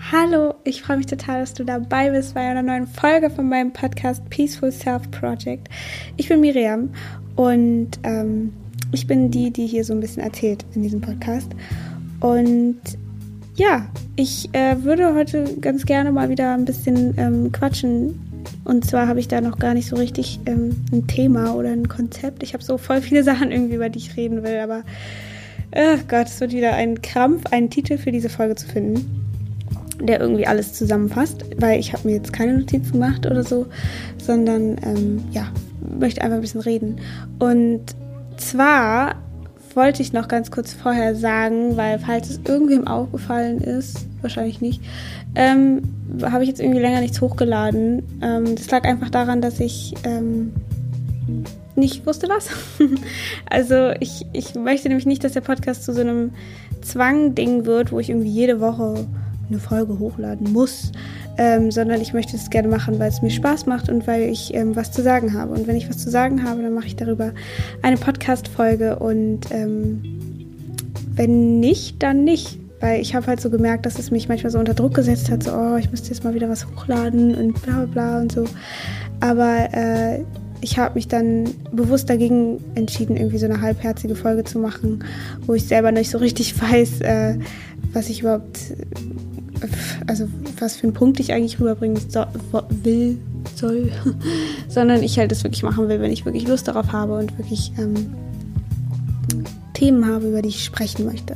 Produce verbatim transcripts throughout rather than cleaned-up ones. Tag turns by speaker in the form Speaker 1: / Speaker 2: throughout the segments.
Speaker 1: Hallo, ich freue mich total, dass du dabei bist bei einer neuen Folge von meinem Podcast Peaceful Self Project. Ich bin Miriam und ähm, ich bin die, die hier so ein bisschen erzählt in diesem Podcast. Und ja, ich äh, würde heute ganz gerne mal wieder ein bisschen ähm, quatschen. Und zwar habe ich da noch gar nicht so richtig ähm, ein Thema oder ein Konzept. Ich habe so voll viele Sachen irgendwie, über die ich reden will, aber oh Gott, es wird wieder ein Krampf, einen Titel für diese Folge zu finden, der irgendwie alles zusammenfasst, weil ich habe mir jetzt keine Notizen gemacht oder so, sondern ähm, ja, möchte einfach ein bisschen reden. Und zwar wollte ich noch ganz kurz vorher sagen, weil falls es irgendwem aufgefallen ist, wahrscheinlich nicht, ähm, habe ich jetzt irgendwie länger nichts hochgeladen. Ähm, das lag einfach daran, dass ich ähm, nicht wusste was. Also ich, ich möchte nämlich nicht, dass der Podcast zu so einem Zwang-Ding wird, wo ich irgendwie jede Woche eine Folge hochladen muss, ähm, sondern ich möchte es gerne machen, weil es mir Spaß macht und weil ich ähm, was zu sagen habe. Und wenn ich was zu sagen habe, dann mache ich darüber eine Podcast-Folge und ähm, wenn nicht, dann nicht. Weil ich habe halt so gemerkt, dass es mich manchmal so unter Druck gesetzt hat, so, oh, ich müsste jetzt mal wieder was hochladen und bla bla bla und so. Aber äh, ich habe mich dann bewusst dagegen entschieden, irgendwie so eine halbherzige Folge zu machen, wo ich selber nicht so richtig weiß, äh, was ich überhaupt, also was für einen Punkt ich eigentlich rüberbringen so, will, soll, sondern ich halt das wirklich machen will, wenn ich wirklich Lust darauf habe und wirklich ähm, Themen habe, über die ich sprechen möchte.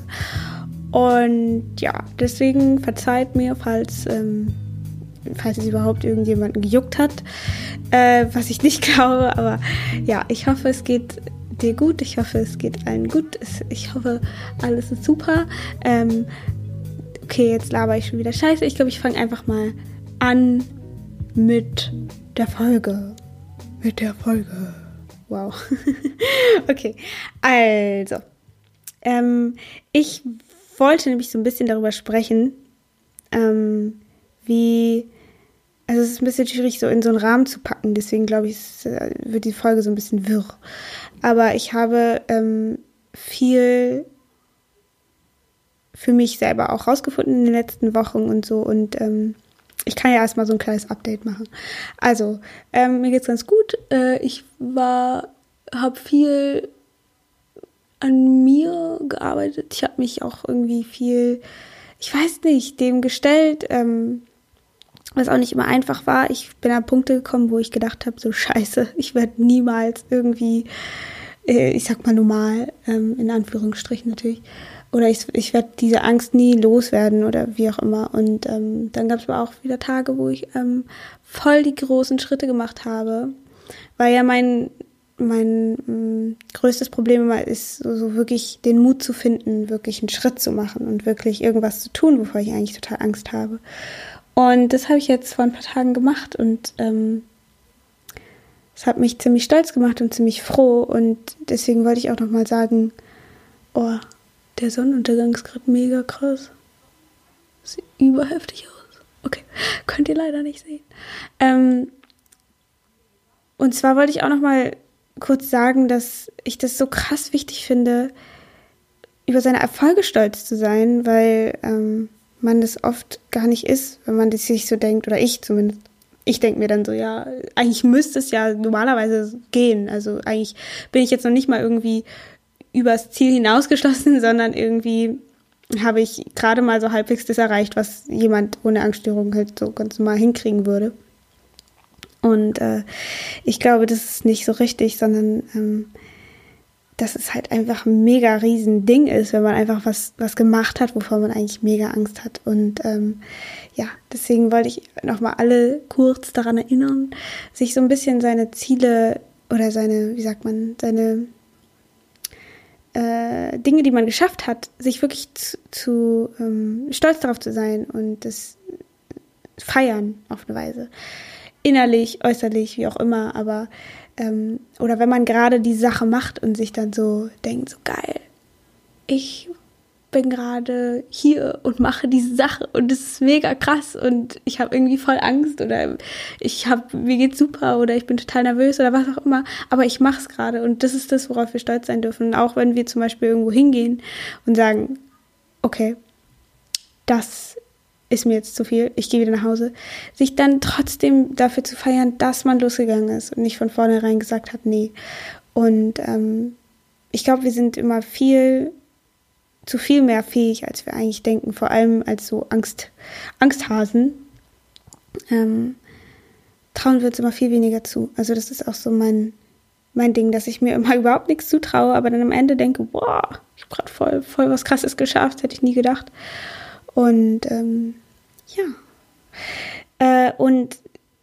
Speaker 1: Und ja, deswegen verzeiht mir, falls, ähm, falls es überhaupt irgendjemanden gejuckt hat, äh, was ich nicht glaube, aber ja, ich hoffe, es geht dir gut, ich hoffe, es geht allen gut, ich hoffe, alles ist super. Ähm, okay, jetzt laber ich schon wieder Scheiße, ich glaube, ich fange einfach mal an mit der Folge, mit der Folge, wow, okay, also, ähm, ich wollte nämlich so ein bisschen darüber sprechen, ähm, wie, also es ist ein bisschen schwierig, so in so einen Rahmen zu packen, deswegen glaube ich, es wird die Folge so ein bisschen wirr. Aber ich habe ähm, viel für mich selber auch rausgefunden in den letzten Wochen und so und ähm, ich kann ja erstmal so ein kleines Update machen. Also, ähm, mir geht's ganz gut. Äh, ich war, habe viel an mir gearbeitet. Ich habe mich auch irgendwie viel, ich weiß nicht, dem gestellt, ähm, was auch nicht immer einfach war. Ich bin an Punkte gekommen, wo ich gedacht habe, so scheiße, ich werde niemals irgendwie, äh, ich sag mal normal, ähm, in Anführungsstrichen natürlich, oder ich, ich werde diese Angst nie loswerden oder wie auch immer. Und ähm, dann gab es aber auch wieder Tage, wo ich ähm, voll die großen Schritte gemacht habe, weil ja mein mein mh, größtes Problem immer ist, so, so wirklich den Mut zu finden, wirklich einen Schritt zu machen und wirklich irgendwas zu tun, wovor ich eigentlich total Angst habe. Und das habe ich jetzt vor ein paar Tagen gemacht und ähm, es hat mich ziemlich stolz gemacht und ziemlich froh und deswegen wollte ich auch nochmal sagen, oh, der Sonnenuntergang ist gerade mega krass. Sieht überheftig aus. Okay, könnt ihr leider nicht sehen. Ähm, und zwar wollte ich auch nochmal kurz sagen, dass ich das so krass wichtig finde, über seine Erfolge stolz zu sein, weil ähm, man das oft gar nicht ist, wenn man das sich so denkt, oder ich zumindest. Ich denke mir dann so, ja, eigentlich müsste es ja normalerweise gehen. Also eigentlich bin ich jetzt noch nicht mal irgendwie übers Ziel hinausgeschlossen, sondern irgendwie habe ich gerade mal so halbwegs das erreicht, was jemand ohne Angststörung halt so ganz normal hinkriegen würde. Und äh, ich glaube, das ist nicht so richtig, sondern ähm, dass es halt einfach ein mega riesen Ding ist, wenn man einfach was, was gemacht hat, wovor man eigentlich mega Angst hat. Und ähm, ja, deswegen wollte ich nochmal alle kurz daran erinnern, sich so ein bisschen seine Ziele oder seine, wie sagt man, seine äh, Dinge, die man geschafft hat, sich wirklich zu, zu ähm, stolz darauf zu sein und das feiern auf eine Weise. Innerlich, äußerlich, wie auch immer, aber ähm, oder wenn man gerade die Sache macht und sich dann so denkt, so geil, ich bin gerade hier und mache diese Sache und es ist mega krass und ich habe irgendwie voll Angst oder ich habe, mir geht's super oder ich bin total nervös oder was auch immer, aber ich mache es gerade und das ist das, worauf wir stolz sein dürfen. Auch wenn wir zum Beispiel irgendwo hingehen und sagen, okay, das ist mir jetzt zu viel, ich gehe wieder nach Hause, sich dann trotzdem dafür zu feiern, dass man losgegangen ist und nicht von vornherein gesagt hat, nee. Und ähm, ich glaube, wir sind immer viel, zu viel mehr fähig, als wir eigentlich denken, vor allem als so Angst, Angsthasen. Ähm, trauen wir uns immer viel weniger zu. Also das ist auch so mein, mein Ding, dass ich mir immer überhaupt nichts zutraue, aber dann am Ende denke, boah, ich habe gerade voll, voll was Krasses geschafft, hätte ich nie gedacht. Und ähm, ja. Äh, und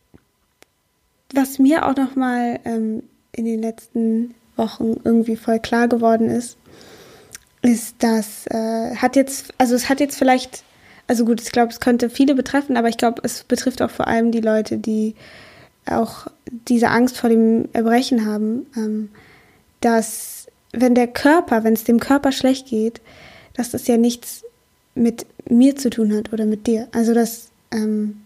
Speaker 1: was mir auch nochmal ähm, in den letzten Wochen irgendwie voll klar geworden ist, ist, dass äh, hat jetzt, also es hat jetzt vielleicht, also gut, ich glaube, es könnte viele betreffen, aber ich glaube, es betrifft auch vor allem die Leute, die auch diese Angst vor dem Erbrechen haben, ähm, dass wenn der Körper, wenn es dem Körper schlecht geht, dass das ja nichts mit mir zu tun hat oder mit dir. Also das, ähm,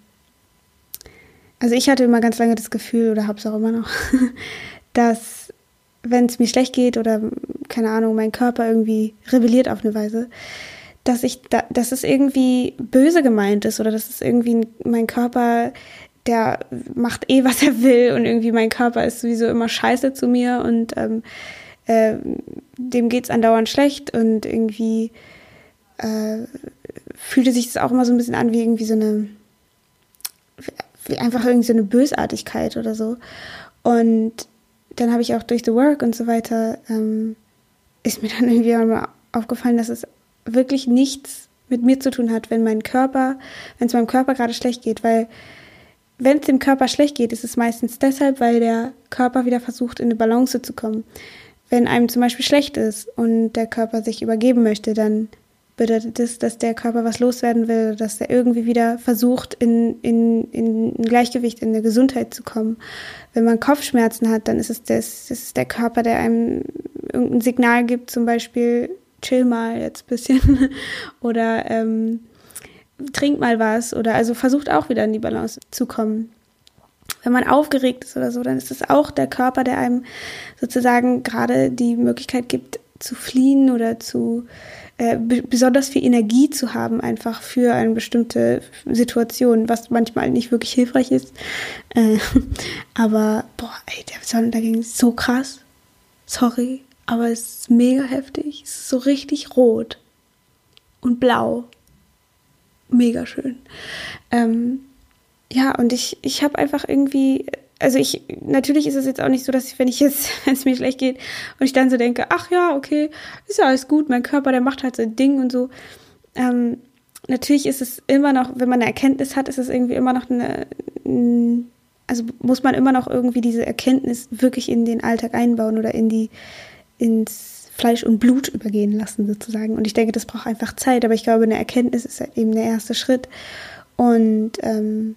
Speaker 1: also ich hatte immer ganz lange das Gefühl, oder habe es auch immer noch, dass wenn es mir schlecht geht oder, keine Ahnung, mein Körper irgendwie rebelliert auf eine Weise, dass ich, da, dass es irgendwie böse gemeint ist oder dass es irgendwie mein Körper, der macht eh, was er will und irgendwie mein Körper ist sowieso immer scheiße zu mir und ähm, äh, dem geht's andauernd schlecht und irgendwie äh, fühlte sich das auch immer so ein bisschen an wie irgendwie so eine, wie einfach irgendwie so eine Bösartigkeit oder so. Und dann habe ich auch durch The Work und so weiter, ähm, ist mir dann irgendwie mal aufgefallen, dass es wirklich nichts mit mir zu tun hat, wenn mein Körper, wenn es meinem Körper gerade schlecht geht, weil wenn es dem Körper schlecht geht, ist es meistens deshalb, weil der Körper wieder versucht, in eine Balance zu kommen. Wenn einem zum Beispiel schlecht ist und der Körper sich übergeben möchte, dann bedeutet das, dass der Körper was loswerden will, dass er irgendwie wieder versucht, in, in, in ein Gleichgewicht, in eine Gesundheit zu kommen. Wenn man Kopfschmerzen hat, dann ist es das, das ist der Körper, der einem irgendein Signal gibt, zum Beispiel chill mal jetzt ein bisschen oder ähm, trink mal was oder also versucht auch wieder in die Balance zu kommen. Wenn man aufgeregt ist oder so, dann ist es auch der Körper, der einem sozusagen gerade die Möglichkeit gibt, zu fliehen oder zu äh, b- besonders viel Energie zu haben, einfach für eine bestimmte Situation, was manchmal nicht wirklich hilfreich ist. Äh, aber, boah, ey, der Sonnenuntergang ist so krass. Sorry, aber es ist mega heftig. Es ist so richtig rot und blau. Mega schön. Ähm, ja, und ich, ich habe einfach irgendwie, also ich, natürlich ist es jetzt auch nicht so, dass ich, wenn ich jetzt, wenn es mir schlecht geht und ich dann so denke, ach ja, okay, ist ja alles gut, mein Körper, der macht halt sein Ding und so. Ähm, natürlich ist es immer noch, wenn man eine Erkenntnis hat, ist es irgendwie immer noch eine, also muss man immer noch irgendwie diese Erkenntnis wirklich in den Alltag einbauen oder in die, ins Fleisch und Blut übergehen lassen sozusagen. Und ich denke, das braucht einfach Zeit, aber ich glaube, eine Erkenntnis ist halt eben der erste Schritt. Und ähm,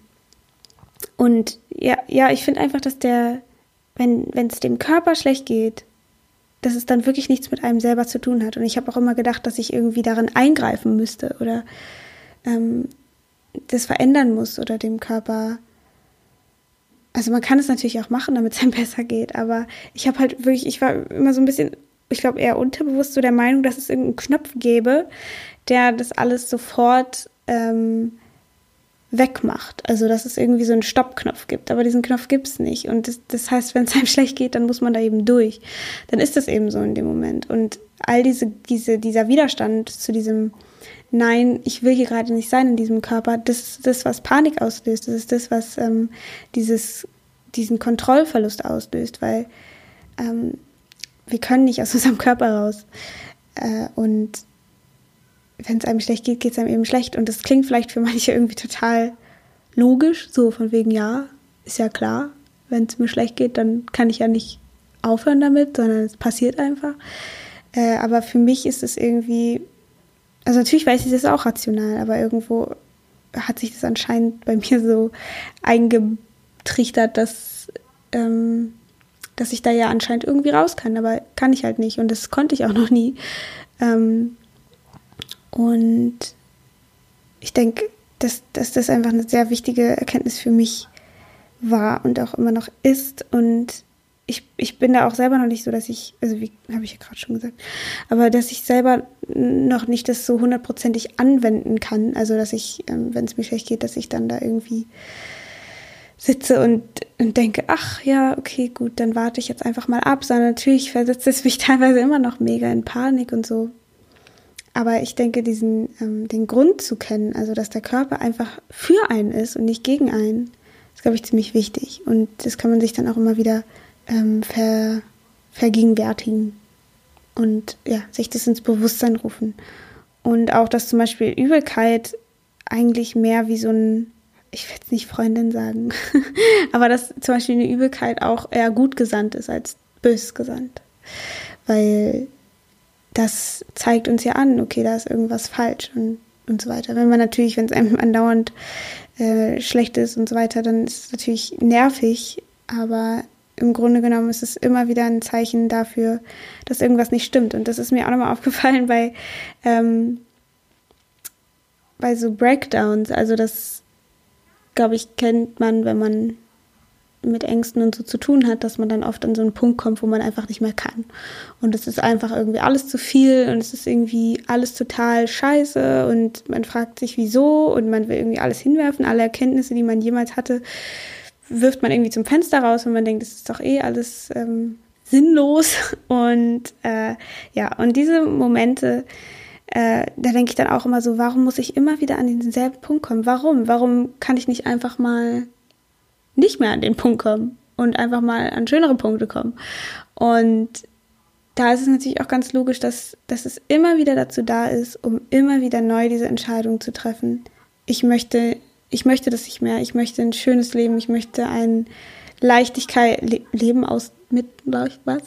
Speaker 1: und ja, ja, ich finde einfach, dass der, wenn wenn es dem Körper schlecht geht, dass es dann wirklich nichts mit einem selber zu tun hat. Und ich habe auch immer gedacht, dass ich irgendwie darin eingreifen müsste oder ähm, das verändern muss oder dem Körper. Also man kann es natürlich auch machen, damit es einem besser geht, aber ich habe halt wirklich, ich war immer so ein bisschen, ich glaube eher unterbewusst so der Meinung, dass es irgendeinen Knopf gäbe, der das alles sofort ähm, wegmacht. Also dass es irgendwie so einen Stoppknopf gibt, aber diesen Knopf gibt es nicht. Und das, das heißt, wenn es einem schlecht geht, dann muss man da eben durch. Dann ist das eben so in dem Moment. Und all diese, diese, dieser Widerstand zu diesem Nein, ich will hier gerade nicht sein in diesem Körper, das ist das, was Panik auslöst. Das ist das, was ähm, dieses, diesen Kontrollverlust auslöst, weil ähm, wir können nicht aus unserem Körper raus. Äh, und wenn es einem schlecht geht, geht es einem eben schlecht. Und das klingt vielleicht für manche irgendwie total logisch, so von wegen, ja, ist ja klar, wenn es mir schlecht geht, dann kann ich ja nicht aufhören damit, sondern es passiert einfach. Äh, aber für mich ist es irgendwie, also natürlich weiß ich das auch rational, aber irgendwo hat sich das anscheinend bei mir so eingetrichtert, dass, ähm, dass ich da ja anscheinend irgendwie raus kann, aber kann ich halt nicht und das konnte ich auch noch nie. Ähm, und ich denke, dass, dass das einfach eine sehr wichtige Erkenntnis für mich war und auch immer noch ist und ich, ich bin da auch selber noch nicht so, dass ich, also wie habe ich ja gerade schon gesagt, aber dass ich selber noch nicht das so hundertprozentig anwenden kann. Also dass ich, ähm, wenn es mir schlecht geht, dass ich dann da irgendwie sitze und, und denke, ach ja, okay, gut, dann warte ich jetzt einfach mal ab. Sondern natürlich versetzt es mich teilweise immer noch mega in Panik und so. Aber ich denke, diesen ähm, den Grund zu kennen, also dass der Körper einfach für einen ist und nicht gegen einen, ist, glaube ich, ziemlich wichtig. Und das kann man sich dann auch immer wieder ähm, ver, vergegenwärtigen und ja, sich das ins Bewusstsein rufen. Und auch, dass zum Beispiel Übelkeit eigentlich mehr wie so ein, ich will jetzt nicht Freundin sagen, aber dass zum Beispiel eine Übelkeit auch eher gut gesandt ist als bös gesandt. Weil das zeigt uns ja an, okay, da ist irgendwas falsch und, und so weiter. Wenn man natürlich, wenn es einem andauernd äh, schlecht ist und so weiter, dann ist es natürlich nervig, aber im Grunde genommen ist es immer wieder ein Zeichen dafür, dass irgendwas nicht stimmt. Und das ist mir auch nochmal aufgefallen bei, ähm, bei so Breakdowns. Also das, glaube ich, kennt man, wenn man mit Ängsten und so zu tun hat, dass man dann oft an so einen Punkt kommt, wo man einfach nicht mehr kann. Und es ist einfach irgendwie alles zu viel und es ist irgendwie alles total scheiße und man fragt sich, wieso, und man will irgendwie alles hinwerfen. Alle Erkenntnisse, die man jemals hatte, wirft man irgendwie zum Fenster raus und man denkt, das ist doch eh alles ähm, sinnlos. Und äh, ja, und diese Momente, äh, da denke ich dann auch immer so, warum muss ich immer wieder an denselben Punkt kommen? Warum? Warum kann ich nicht einfach mal nicht mehr an den Punkt kommen und einfach mal an schönere Punkte kommen? Und da ist es natürlich auch ganz logisch, dass, dass es immer wieder dazu da ist, um immer wieder neu diese Entscheidung zu treffen. Ich möchte, ich möchte das nicht mehr. Ich möchte ein schönes Leben. Ich möchte ein Leichtigkeit, Le- Leben aus, mit, was?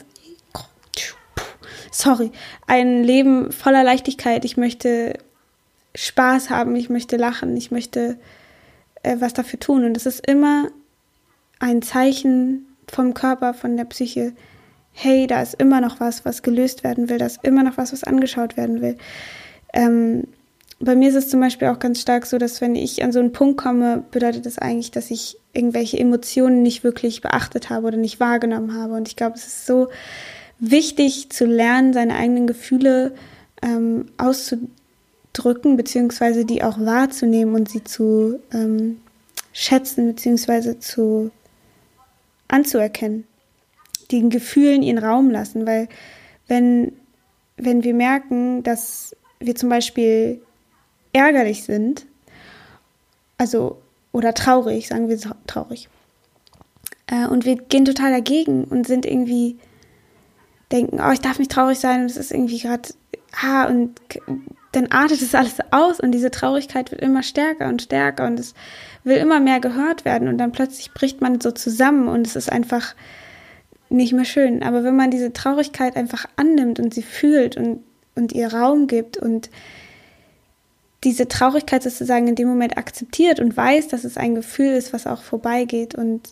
Speaker 1: Sorry. Ein Leben voller Leichtigkeit. Ich möchte Spaß haben. Ich möchte lachen. Ich möchte äh, was dafür tun. Und das ist immer ein Zeichen vom Körper, von der Psyche, hey, da ist immer noch was, was gelöst werden will, da ist immer noch was, was angeschaut werden will. Ähm, bei mir ist es zum Beispiel auch ganz stark so, dass wenn ich an so einen Punkt komme, bedeutet das eigentlich, dass ich irgendwelche Emotionen nicht wirklich beachtet habe oder nicht wahrgenommen habe. Und ich glaube, es ist so wichtig zu lernen, seine eigenen Gefühle ähm, auszudrücken, beziehungsweise die auch wahrzunehmen und sie zu ähm, schätzen, beziehungsweise zu anzuerkennen, den Gefühlen ihren Raum lassen, weil wenn, wenn wir merken, dass wir zum Beispiel ärgerlich sind, also oder traurig, sagen wir traurig, äh, und wir gehen total dagegen und sind irgendwie, denken, oh, ich darf nicht traurig sein und es ist irgendwie gerade, ah, und dann artet es alles aus und diese Traurigkeit wird immer stärker und stärker und es will immer mehr gehört werden und dann plötzlich bricht man so zusammen und es ist einfach nicht mehr schön. Aber wenn man diese Traurigkeit einfach annimmt und sie fühlt und, und ihr Raum gibt und diese Traurigkeit sozusagen in dem Moment akzeptiert und weiß, dass es ein Gefühl ist, was auch vorbeigeht und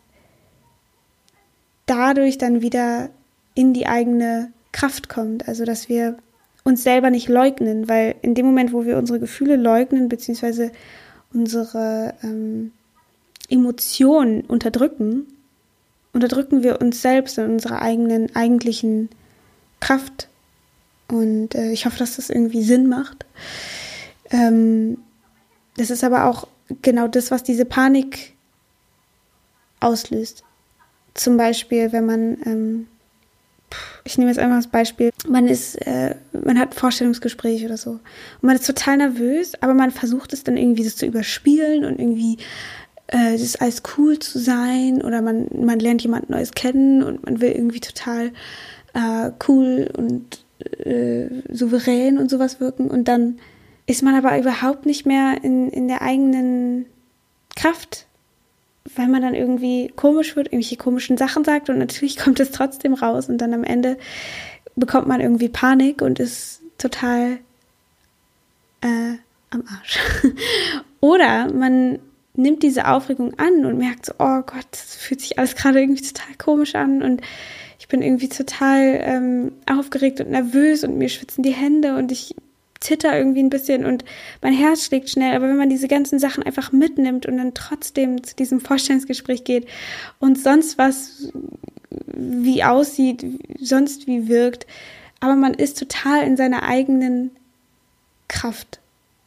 Speaker 1: dadurch dann wieder in die eigene Kraft kommt. Also dass wir uns selber nicht leugnen, weil in dem Moment, wo wir unsere Gefühle leugnen, beziehungsweise unsere ähm, Emotionen unterdrücken, unterdrücken wir uns selbst und unsere eigenen, eigentlichen Kraft. Und äh, ich hoffe, dass das irgendwie Sinn macht. Ähm, das ist aber auch genau das, was diese Panik auslöst. Zum Beispiel, wenn man ähm, ich nehme jetzt einfach das Beispiel, man ist, äh, man hat ein Vorstellungsgespräch oder so und man ist total nervös, aber man versucht es dann irgendwie so zu überspielen und irgendwie äh, das ist alles cool zu sein oder man, man lernt jemand Neues kennen und man will irgendwie total äh, cool und äh, souverän und sowas wirken und dann ist man aber überhaupt nicht mehr in, in der eigenen Kraft, weil man dann irgendwie komisch wird, irgendwelche komischen Sachen sagt und natürlich kommt es trotzdem raus und dann am Ende bekommt man irgendwie Panik und ist total äh, am Arsch. Oder man nimmt diese Aufregung an und merkt so, oh Gott, das fühlt sich alles gerade irgendwie total komisch an und ich bin irgendwie total ähm, aufgeregt und nervös und mir schwitzen die Hände und ich zitter irgendwie ein bisschen und mein Herz schlägt schnell, aber wenn man diese ganzen Sachen einfach mitnimmt und dann trotzdem zu diesem Vorstellungsgespräch geht und sonst was wie aussieht, sonst wie wirkt. Aber man ist total in seiner eigenen Kraft.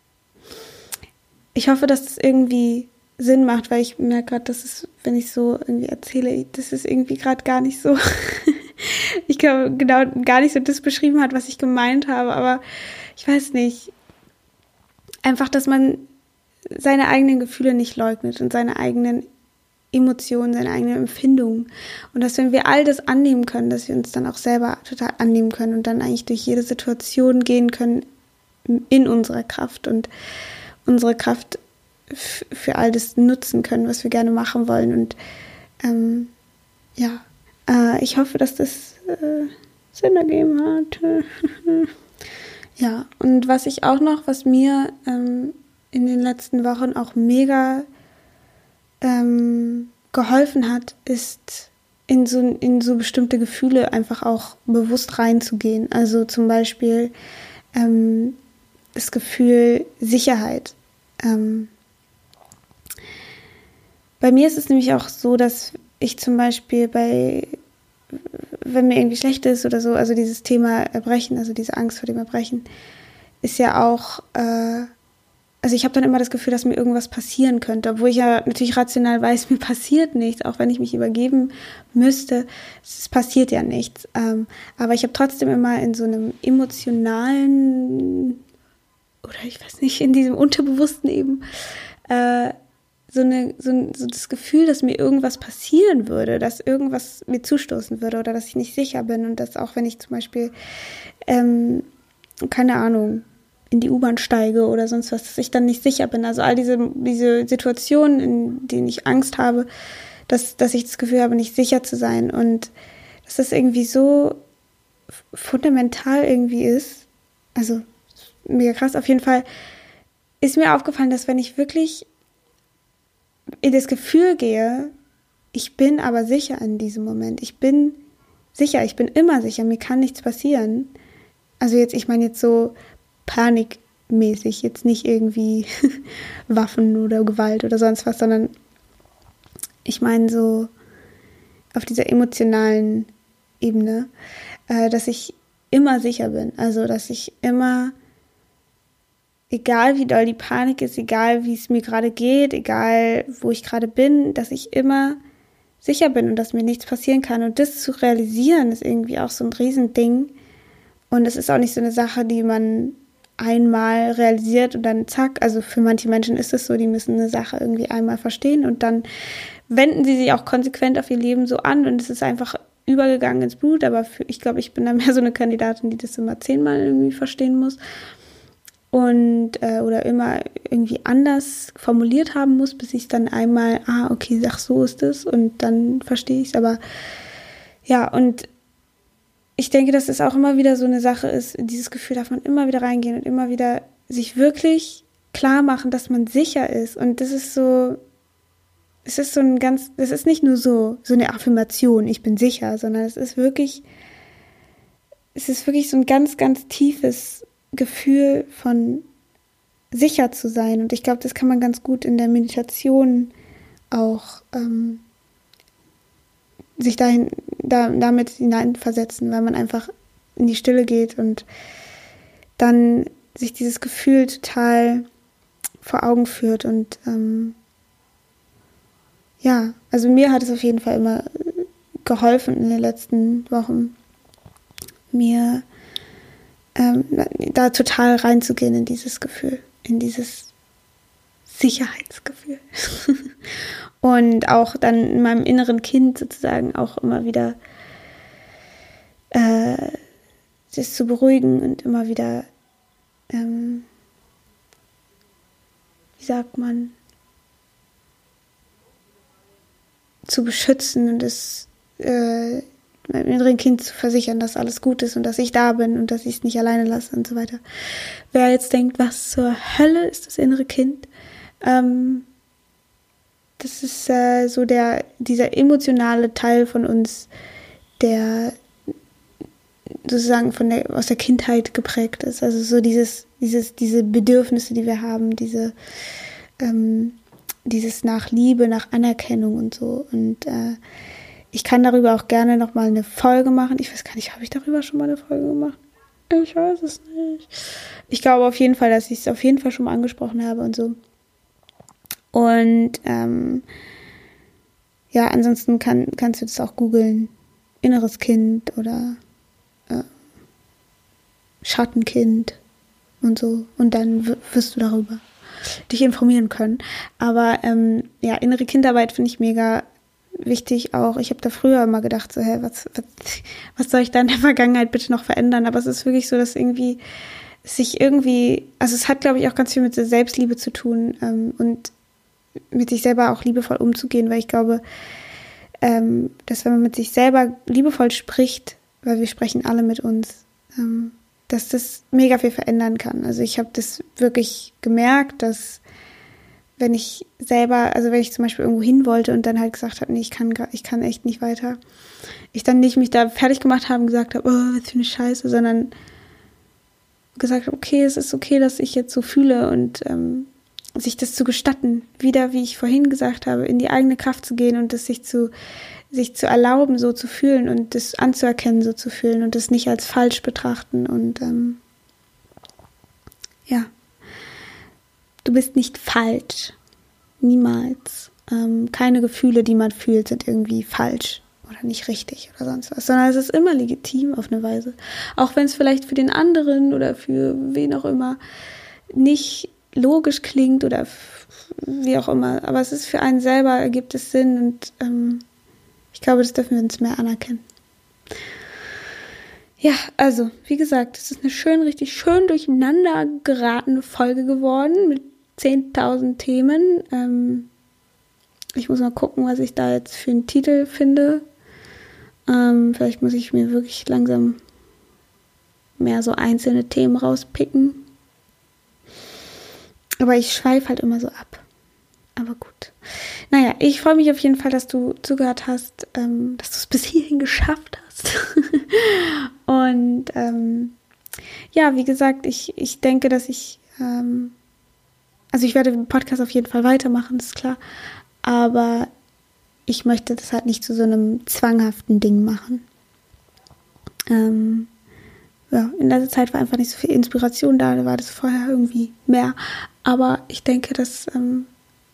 Speaker 1: Ich hoffe, dass das irgendwie Sinn macht, weil ich merke gerade, dass es, wenn ich so irgendwie erzähle, das ist irgendwie gerade gar nicht so, ich glaube, genau gar nicht so das beschrieben hat, was ich gemeint habe, aber ich weiß nicht, einfach, dass man seine eigenen Gefühle nicht leugnet und seine eigenen Emotionen, seine eigenen Empfindungen und dass, wenn wir all das annehmen können, dass wir uns dann auch selber total annehmen können und dann eigentlich durch jede Situation gehen können in unserer Kraft und unsere Kraft f- für all das nutzen können, was wir gerne machen wollen. Und ähm, ja, äh, ich hoffe, dass das äh, Sinn ergeben hat. Ja, und was ich auch noch, was mir ähm, in den letzten Wochen auch mega ähm, geholfen hat, ist in so, in so bestimmte Gefühle einfach auch bewusst reinzugehen. Also zum Beispiel ähm, das Gefühl Sicherheit. Ähm, bei mir ist es nämlich auch so, dass ich zum Beispiel bei, wenn mir irgendwie schlecht ist oder so, also dieses Thema Erbrechen, also diese Angst vor dem Erbrechen, ist ja auch, äh, also ich habe dann immer das Gefühl, dass mir irgendwas passieren könnte, obwohl ich ja natürlich rational weiß, mir passiert nichts, auch wenn ich mich übergeben müsste, es passiert ja nichts. Ähm, aber ich habe trotzdem immer in so einem emotionalen, oder ich weiß nicht, in diesem Unterbewussten eben, äh, so, eine, so, so das Gefühl, dass mir irgendwas passieren würde, dass irgendwas mir zustoßen würde oder dass ich nicht sicher bin und dass auch wenn ich zum Beispiel, ähm, keine Ahnung, in die U-Bahn steige oder sonst was, dass ich dann nicht sicher bin. Also all diese, diese Situationen, in denen ich Angst habe, dass, dass ich das Gefühl habe, nicht sicher zu sein und dass das irgendwie so fundamental irgendwie ist. Also mega krass. Auf jeden Fall ist mir aufgefallen, dass wenn ich wirklich in das Gefühl gehe, ich bin aber sicher in diesem Moment. Ich bin sicher, ich bin immer sicher, mir kann nichts passieren. Also jetzt, ich meine jetzt so panikmäßig, jetzt nicht irgendwie Waffen oder Gewalt oder sonst was, sondern ich meine so auf dieser emotionalen Ebene, äh, dass ich immer sicher bin. Also, dass ich immer, egal wie doll die Panik ist, egal wie es mir gerade geht, egal wo ich gerade bin, dass ich immer sicher bin und dass mir nichts passieren kann. Und das zu realisieren, ist irgendwie auch so ein Riesending. Und es ist auch nicht so eine Sache, die man einmal realisiert und dann zack, also für manche Menschen ist es so, die müssen eine Sache irgendwie einmal verstehen und dann wenden sie sich auch konsequent auf ihr Leben so an und es ist einfach übergegangen ins Blut, aber für, ich glaube, ich bin dann mehr so eine Kandidatin, die das immer zehnmal irgendwie verstehen muss und äh, oder immer irgendwie anders formuliert haben muss, bis ich dann einmal, ah, okay, ach, so ist es und dann verstehe ich es, aber ja, und ich denke, dass es auch immer wieder so eine Sache ist, dieses Gefühl darf man immer wieder reingehen und immer wieder sich wirklich klar machen, dass man sicher ist. Und das ist so, es ist so ein ganz, das ist nicht nur so, so eine Affirmation, ich bin sicher, sondern es ist wirklich, es ist wirklich so ein ganz, ganz tiefes Gefühl von sicher zu sein. Und ich glaube, das kann man ganz gut in der Meditation auch ähm, sich dahin, da, damit hineinversetzen, weil man einfach in die Stille geht und dann sich dieses Gefühl total vor Augen führt und ähm, ja, also mir hat es auf jeden Fall immer geholfen in den letzten Wochen, mir ähm, da total reinzugehen in dieses Gefühl, in dieses Sicherheitsgefühl. Und auch dann in meinem inneren Kind sozusagen auch immer wieder äh, das zu beruhigen und immer wieder, ähm, wie sagt man, zu beschützen und es äh, meinem inneren Kind zu versichern, dass alles gut ist und dass ich da bin und dass ich es nicht alleine lasse und so weiter. Wer jetzt denkt, was zur Hölle ist das innere Kind? Ähm, das ist äh, so der, dieser emotionale Teil von uns, der sozusagen von der, aus der Kindheit geprägt ist. Also so dieses, dieses, diese Bedürfnisse, die wir haben, diese, ähm, dieses nach Liebe, nach Anerkennung und so. Und äh, ich kann darüber auch gerne nochmal eine Folge machen. Ich weiß gar nicht, habe ich darüber schon mal eine Folge gemacht? Ich weiß es nicht. Ich glaube auf jeden Fall, dass ich es auf jeden Fall schon mal angesprochen habe und so. Und ähm, ja, ansonsten kann, kannst du das auch googeln. Inneres Kind oder äh, Schattenkind und so. Und dann w- wirst du darüber dich informieren können. Aber ähm, ja, innere Kindarbeit finde ich mega wichtig auch. Ich habe da früher immer gedacht, so, hä, was, was, was soll ich da in der Vergangenheit bitte noch verändern? Aber es ist wirklich so, dass irgendwie sich irgendwie, also es hat, glaube ich, auch ganz viel mit der Selbstliebe zu tun ähm, und mit sich selber auch liebevoll umzugehen, weil ich glaube, ähm, dass wenn man mit sich selber liebevoll spricht, weil wir sprechen alle mit uns, ähm, dass das mega viel verändern kann. Also ich habe das wirklich gemerkt, dass wenn ich selber, also wenn ich zum Beispiel irgendwo hin wollte und dann halt gesagt habe, nee, ich kann, ich kann echt nicht weiter, ich dann nicht mich da fertig gemacht habe und gesagt habe, oh, was für eine Scheiße, sondern gesagt habe, okay, es ist okay, dass ich jetzt so fühle und ähm, sich das zu gestatten, wieder, wie ich vorhin gesagt habe, in die eigene Kraft zu gehen und das sich zu, sich zu erlauben, so zu fühlen und das anzuerkennen, so zu fühlen und das nicht als falsch betrachten und ähm, ja, du bist nicht falsch, niemals. Ähm, keine Gefühle, die man fühlt, sind irgendwie falsch oder nicht richtig oder sonst was, sondern es ist immer legitim auf eine Weise, auch wenn es vielleicht für den anderen oder für wen auch immer nicht logisch klingt oder wie auch immer, aber es ist für einen selber, ergibt es Sinn und ähm, ich glaube, das dürfen wir uns mehr anerkennen. Ja, also, wie gesagt, es ist eine schön, richtig schön durcheinander geratene Folge geworden mit zehntausend Themen. Ähm, ich muss mal gucken, was ich da jetzt für einen Titel finde. Ähm, vielleicht muss ich mir wirklich langsam mehr so einzelne Themen rauspicken. Aber ich schweife halt immer so ab. Aber gut. Naja, ich freue mich auf jeden Fall, dass du zugehört hast, ähm, dass du es bis hierhin geschafft hast. Und ähm, ja, wie gesagt, ich, ich denke, dass ich, ähm, also ich werde den Podcast auf jeden Fall weitermachen, ist klar. Aber ich möchte das halt nicht zu so einem zwanghaften Ding machen. Ähm, ja, in letzter Zeit war einfach nicht so viel Inspiration da, da war das vorher irgendwie mehr. Aber ich denke, dass ähm,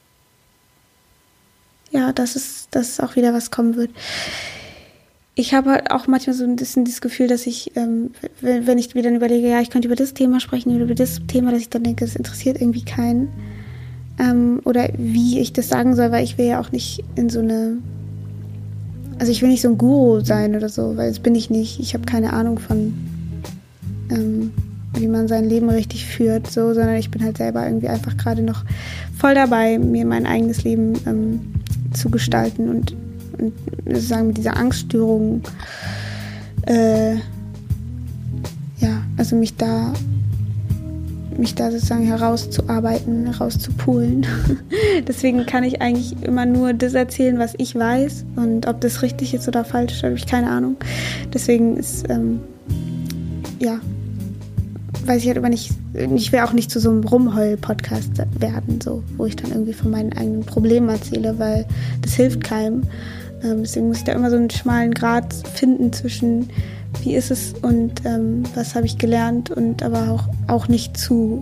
Speaker 1: ja, dass es, dass es auch wieder was kommen wird. Ich habe halt auch manchmal so ein bisschen das Gefühl, dass ich, ähm, wenn, wenn ich mir dann überlege, ja, ich könnte über das Thema sprechen oder über das Thema, dass ich dann denke, das interessiert irgendwie keinen. Ähm, oder wie ich das sagen soll, weil ich will ja auch nicht in so eine, also ich will nicht so ein Guru sein oder so, weil das bin ich nicht. Ich habe keine Ahnung von, ähm, wie man sein Leben richtig führt, so, sondern ich bin halt selber irgendwie einfach gerade noch voll dabei, mir mein eigenes Leben ähm, zu gestalten und, und sozusagen mit dieser Angststörung, äh, ja, also mich da, mich da sozusagen herauszuarbeiten, herauszupulen. Deswegen kann ich eigentlich immer nur das erzählen, was ich weiß, und ob das richtig ist oder falsch, habe ich keine Ahnung. Deswegen ist, ähm, ja, weiß ich halt immer nicht, ich will auch nicht zu so einem Rumheul-Podcast werden, so, wo ich dann irgendwie von meinen eigenen Problemen erzähle, weil das hilft keinem. Ähm, deswegen muss ich da immer so einen schmalen Grat finden zwischen, wie ist es und ähm, was habe ich gelernt, und aber auch, auch nicht zu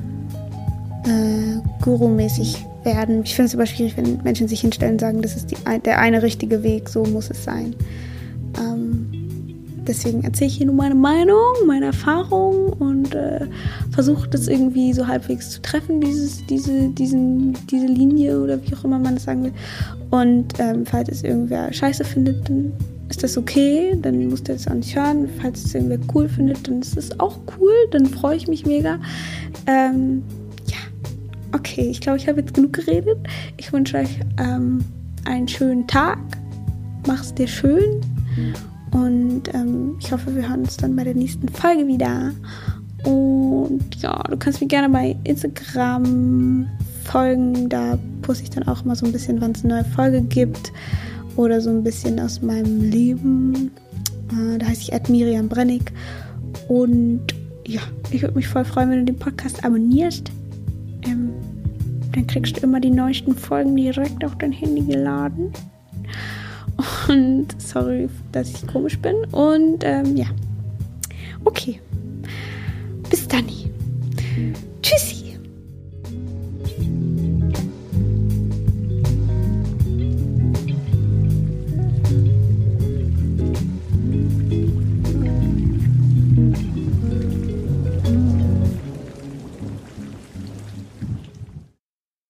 Speaker 1: äh, Guru-mäßig werden. Ich finde es aber schwierig, wenn Menschen sich hinstellen und sagen, das ist die, der eine richtige Weg, so muss es sein. Ähm, Deswegen erzähle ich hier nur meine Meinung, meine Erfahrung und äh, versuche das irgendwie so halbwegs zu treffen, dieses, diese, diesen, diese Linie oder wie auch immer man das sagen will. Und ähm, falls es irgendwer scheiße findet, dann ist das okay, dann muss der das auch nicht hören. Falls es irgendwer cool findet, dann ist das auch cool, dann freue ich mich mega. Ähm, ja, okay, ich glaube, ich habe jetzt genug geredet. Ich wünsche euch ähm, einen schönen Tag. Mach's dir schön. Und ähm, ich hoffe, wir hören uns dann bei der nächsten Folge wieder. Und ja, du kannst mir gerne bei Instagram folgen. Da poste ich dann auch mal so ein bisschen, wann es eine neue Folge gibt. Oder so ein bisschen aus meinem Leben. Äh, da heiße ich at Miriam Brennig. Und ja, ich würde mich voll freuen, wenn du den Podcast abonnierst. Ähm, dann kriegst du immer die neuesten Folgen direkt auf dein Handy geladen. Oh. Und sorry, dass ich komisch bin. Und ähm, ja, okay. Bis dann.